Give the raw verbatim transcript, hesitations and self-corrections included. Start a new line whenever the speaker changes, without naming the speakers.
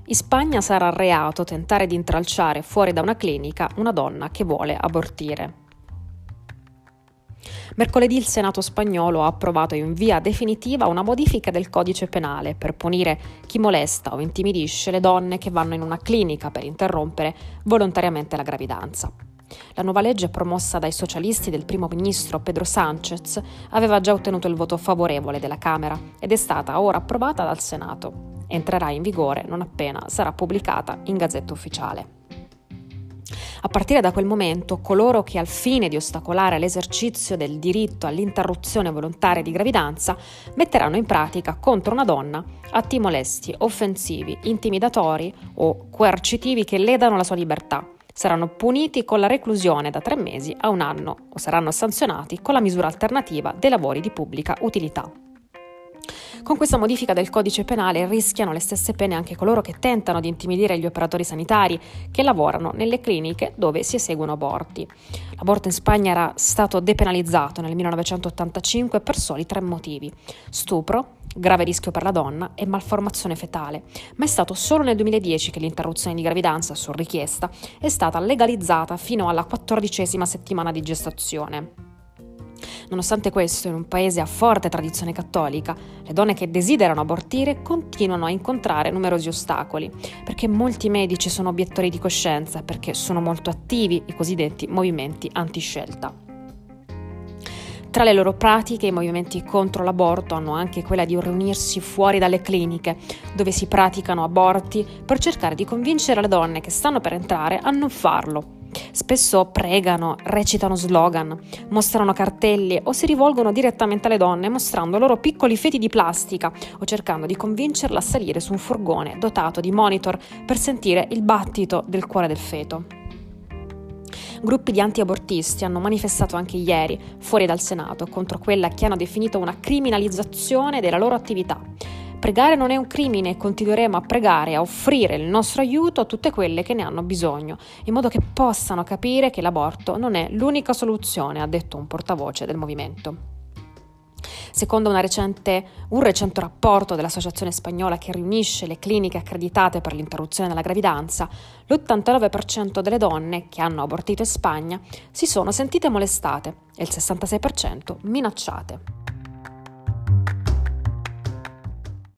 In Spagna sarà reato tentare di intralciare fuori da una clinica una donna che vuole abortire. Mercoledì il Senato spagnolo ha approvato in via definitiva una modifica del codice penale per punire chi molesta o intimidisce le donne che vanno in una clinica per interrompere volontariamente la gravidanza. La nuova legge, promossa dai socialisti del primo ministro Pedro Sánchez, aveva già ottenuto il voto favorevole della Camera ed è stata ora approvata dal Senato. Entrerà in vigore non appena sarà pubblicata in Gazzetta Ufficiale. A partire da quel momento, coloro che al fine di ostacolare l'esercizio del diritto all'interruzione volontaria di gravidanza metteranno in pratica contro una donna atti molesti, offensivi, intimidatori o coercitivi che ledano la sua libertà saranno puniti con la reclusione da tre mesi a un anno o saranno sanzionati con la misura alternativa dei lavori di pubblica utilità. Con questa modifica del codice penale rischiano le stesse pene anche coloro che tentano di intimidire gli operatori sanitari che lavorano nelle cliniche dove si eseguono aborti. L'aborto in Spagna era stato depenalizzato nel millenovecentottantacinque per soli tre motivi: stupro, grave rischio per la donna e malformazione fetale, ma è stato solo nel duemiladieci che l'interruzione di gravidanza su richiesta è stata legalizzata fino alla quattordicesima settimana di gestazione. Nonostante questo, in un paese a forte tradizione cattolica, le donne che desiderano abortire continuano a incontrare numerosi ostacoli, perché molti medici sono obiettori di coscienza, perché sono molto attivi i cosiddetti movimenti antiscelta. Tra le loro pratiche, i movimenti contro l'aborto hanno anche quella di riunirsi fuori dalle cliniche, dove si praticano aborti, per cercare di convincere le donne che stanno per entrare a non farlo. Spesso pregano, recitano slogan, mostrano cartelli o si rivolgono direttamente alle donne mostrando loro piccoli feti di plastica o cercando di convincerle a salire su un furgone dotato di monitor per sentire il battito del cuore del feto. Gruppi di anti-abortisti hanno manifestato anche ieri, fuori dal Senato, contro quella che hanno definito una criminalizzazione della loro attività. Pregare non è un crimine e continueremo a pregare e a offrire il nostro aiuto a tutte quelle che ne hanno bisogno, in modo che possano capire che l'aborto non è l'unica soluzione, ha detto un portavoce del movimento. Secondo una recente, un recente rapporto dell'associazione spagnola che riunisce le cliniche accreditate per l'interruzione della gravidanza, l'ottantanove per cento delle donne che hanno abortito in Spagna si sono sentite molestate e il sessantasei per cento minacciate.